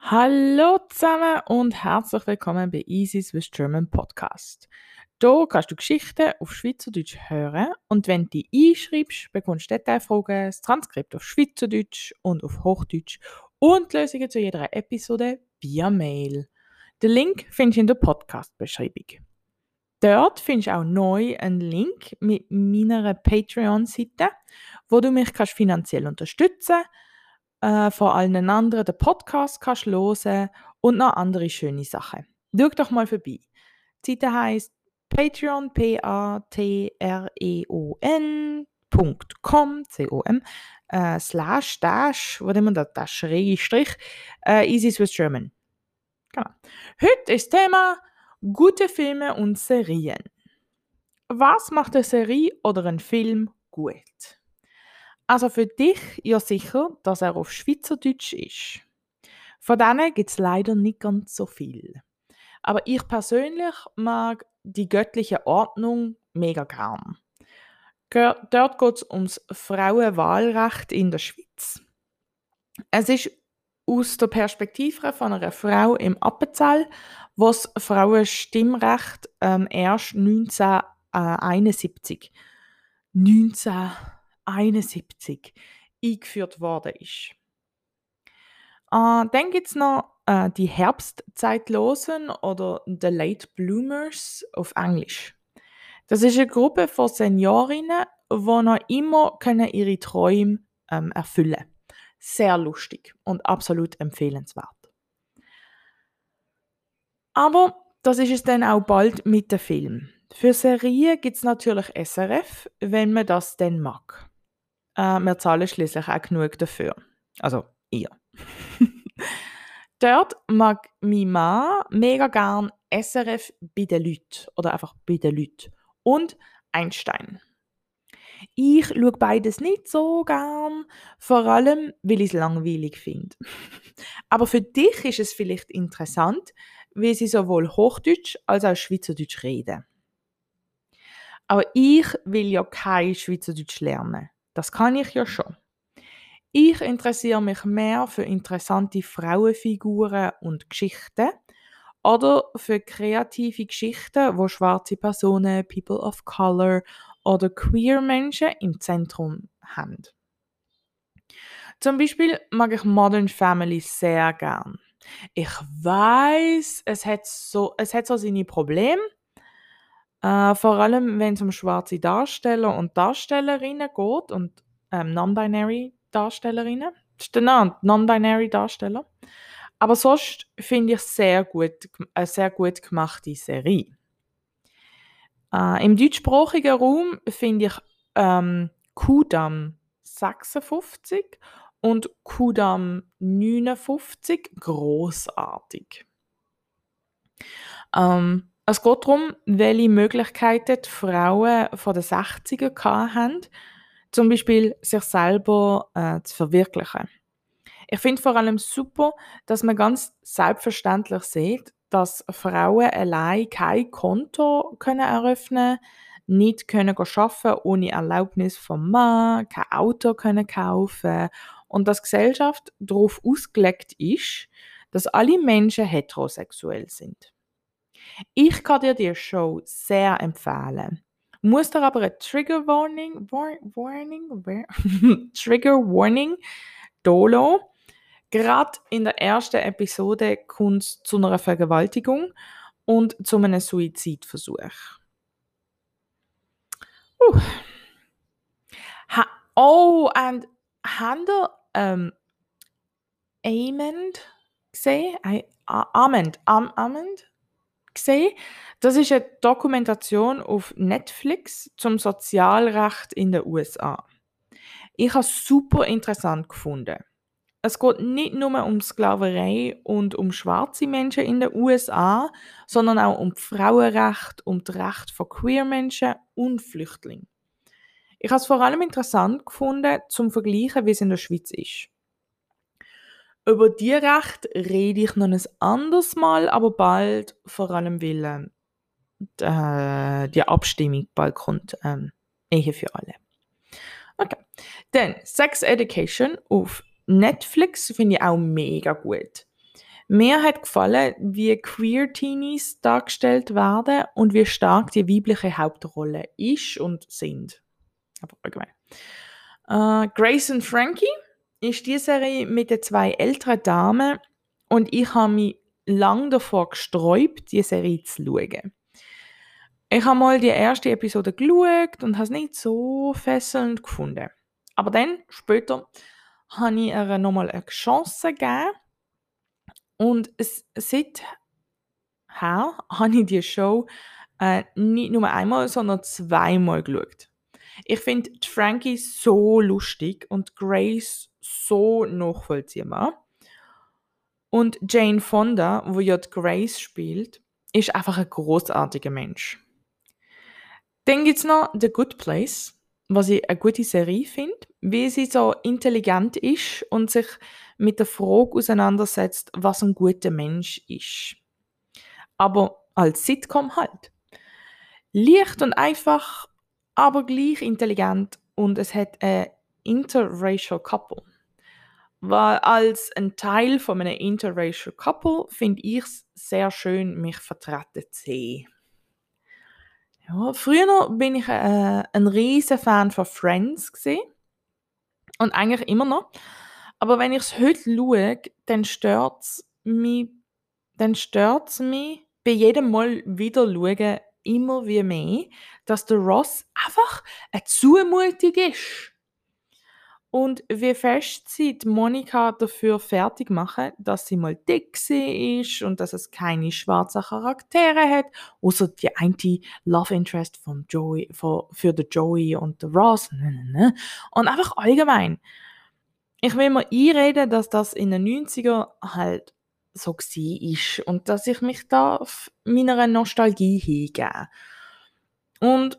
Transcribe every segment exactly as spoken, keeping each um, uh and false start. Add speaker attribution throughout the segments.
Speaker 1: Hallo zusammen und herzlich willkommen bei Easy Swiss German Podcast. Hier kannst du Geschichten auf Schweizerdeutsch hören und wenn du dich einschreibst, bekommst du Detailfragen, das Transkript auf Schweizerdeutsch und auf Hochdeutsch und Lösungen zu jeder Episode via Mail. Den Link findest du in der Podcast-Beschreibung. Dort findest du auch neu einen Link mit meiner Patreon-Seite, wo du mich kannst finanziell unterstützen kannst, äh, vor allen anderen den Podcast kannst hören und noch andere schöne Sachen. Schau doch mal vorbei. Die Seite heisst Patreon, p a t r e o n Punkt com, C O M, äh, slash, dash, was immer das, das schräge Strich, äh, Easy Swiss German. Genau. Heute ist das Thema gute Filme und Serien. Was macht eine Serie oder ein Film gut? Also für dich ja sicher, dass er auf Schweizerdeutsch ist. Von denen gibt es leider nicht ganz so viel. Aber ich persönlich mag die göttliche Ordnung mega gern. Gö- Dort geht es ums Frauenwahlrecht in der Schweiz. Es ist aus der Perspektive von einer Frau im Appenzell, wo das Frauenstimmrecht ähm, erst neunzehnhunderteinundsiebzig neunzehnhunderteinundsiebzig eingeführt worden ist. Äh, dann gibt es noch äh, die Herbstzeitlosen oder The Late Bloomers auf Englisch. Das ist eine Gruppe von Seniorinnen, die noch immer können ihre Träume ähm, erfüllen können. Sehr lustig und absolut empfehlenswert. Aber das ist es dann auch bald mit dem Film. Für Serien gibt es natürlich S R F, wenn man das dann mag. Äh, wir zahlen schließlich auch genug dafür. Also ihr. Dort mag mein Mann mega gern S R F bei den Leuten oder einfach bei den Leuten und Einstein. Ich schaue beides nicht so gern, vor allem, weil ich es langweilig finde. Aber für dich ist es vielleicht interessant, wie sie sowohl Hochdeutsch als auch Schweizerdeutsch reden. Aber ich will ja kein Schweizerdeutsch lernen. Das kann ich ja schon. Ich interessiere mich mehr für interessante Frauenfiguren und Geschichten oder für kreative Geschichten, wo schwarze Personen, People of Color oder queer Menschen im Zentrum haben. Zum Beispiel mag ich Modern Family sehr gern. Ich weiß, es hat so, es hat so seine Probleme, äh, vor allem wenn es um schwarze Darsteller und Darstellerinnen geht und ähm, Non-Binary Darstellerinnen. Das ist der Name, Non-Binary Darsteller. Aber sonst finde ich es sehr gut, eine sehr gut gemachte Serie. Äh, Im deutschsprachigen Raum finde ich ähm, Kudam sechsundfünfzig und Kudam neunundfünfzig großartig. Ähm, es geht darum, welche Möglichkeiten die Frauen von den sechziger hatten, zum Beispiel sich selber äh, zu verwirklichen. Ich finde vor allem super, dass man ganz selbstverständlich sieht, dass Frauen allein kein Konto können eröffnen können, nicht können arbeiten ohne Erlaubnis vom Mann, kein Auto können kaufen und dass die Gesellschaft darauf ausgelegt ist, dass alle Menschen heterosexuell sind. Ich kann dir die Show sehr empfehlen. Muss dir aber eine Trigger Warning, war, Warning, war, Trigger Warning da lassen. Gerade in der ersten Episode kommt es zu einer Vergewaltigung und zu einem Suizidversuch. Uh. Ha oh, und habt ihr ähm, Amend gesehen? I- A- Amend, Am Amend gesehen? Das ist eine Dokumentation auf Netflix zum Sozialrecht in den U S A. Ich habe es super interessant gefunden. Es geht nicht nur um Sklaverei und um schwarze Menschen in den U S A, sondern auch um Frauenrechte, um das Recht von queer Menschen und Flüchtlingen. Ich habe es vor allem interessant gefunden, zum Vergleichen, wie es in der Schweiz ist. Über die Rechte rede ich noch ein anderes Mal, aber bald, vor allem weil äh, die Abstimmung bald kommt. Ähm, Ehe für alle. Okay. Dann Sex Education auf Netflix finde ich auch mega gut. Mir hat gefallen, wie queer Teenies dargestellt werden und wie stark die weibliche Hauptrolle ist und sind. Aber allgemein. Äh, Grace und Frankie ist die Serie mit den zwei älteren Damen und ich habe mich lange davor gesträubt, die Serie zu schauen. Ich habe mal die erste Episode geschaut und habe es nicht so fesselnd gefunden. Aber dann, später, habe ich ihr nochmal eine Chance gegeben und es, seither habe ich die Show äh, nicht nur einmal, sondern zweimal geschaut. Ich finde Frankie so lustig und Grace so nachvollziehbar. Und Jane Fonda, wo ja die Grace spielt, ist einfach ein großartiger Mensch. Dann gibt es noch The Good Place, was ich eine gute Serie finde, wie sie so intelligent ist und sich mit der Frage auseinandersetzt, was ein guter Mensch ist. Aber als Sitcom halt. Leicht und einfach, aber gleich intelligent und es hat ein interracial Couple. Weil als ein Teil von einem interracial Couple finde ich es sehr schön, mich vertreten zu sehen. Ja, früher bin ich äh, ein riesen Fan von Friends gewesen. Und eigentlich immer noch. Aber wenn ich es heute schaue, dann stört es mich, dann stört's mich bei jedem Mal wieder schauen immer wie mehr, dass der Ross einfach eine Zumutung ist. Und wie fest sie die Monika dafür fertig machen, dass sie mal dick ist und dass es keine schwarzen Charaktere hat, außer die eine Love Interest vom Joey, für, für den Joey und den Ross. Und einfach allgemein. Ich will mir einreden, dass das in den neunziger halt so war und dass ich mich da auf meiner Nostalgie hingebe. Und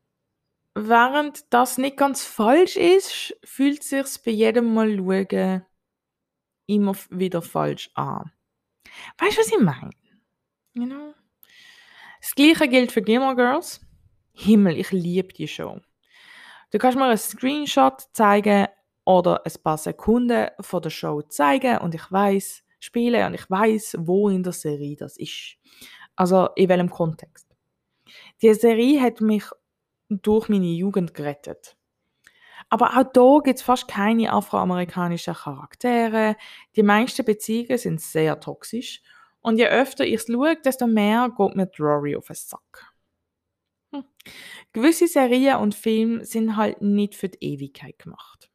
Speaker 1: während das nicht ganz falsch ist, fühlt es sich bei jedem Mal schauen immer wieder falsch an. Weißt du, was ich meine? You know? Das Gleiche gilt für Gilmore Girls. Himmel, ich liebe die Show. Du kannst mir einen Screenshot zeigen oder ein paar Sekunden von der Show zeigen und ich weiß spielen und ich weiß, wo in der Serie das ist. Also in welchem Kontext. Die Serie hat mich durch meine Jugend gerettet. Aber auch da gibt es fast keine afroamerikanischen Charaktere. Die meisten Beziehungen sind sehr toxisch. Und je öfter ich es schaue, desto mehr geht mir Rory auf den Sack. Hm. Gewisse Serien und Filme sind halt nicht für die Ewigkeit gemacht.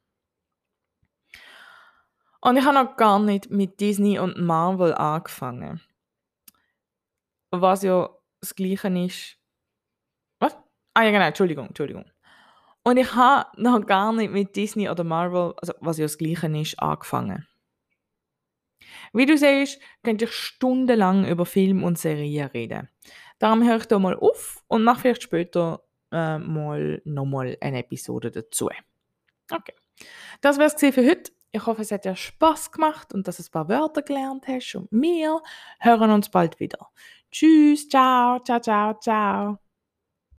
Speaker 1: Und ich habe noch gar nicht mit Disney und Marvel angefangen. Was ja das Gleiche ist. Was? Ah ja, genau, Entschuldigung, Entschuldigung. Und ich habe noch gar nicht mit Disney oder Marvel, also was ja das Gleiche ist, angefangen. Wie du siehst, könnte ich stundenlang über Film und Serien reden. Darum höre ich da mal auf und mache vielleicht später äh, mal nochmal eine Episode dazu. Okay. Das wäre es für heute. Ich hoffe, es hat dir Spass gemacht und dass du ein paar Wörter gelernt hast. Und wir hören uns bald wieder. Tschüss, ciao, ciao, ciao, ciao.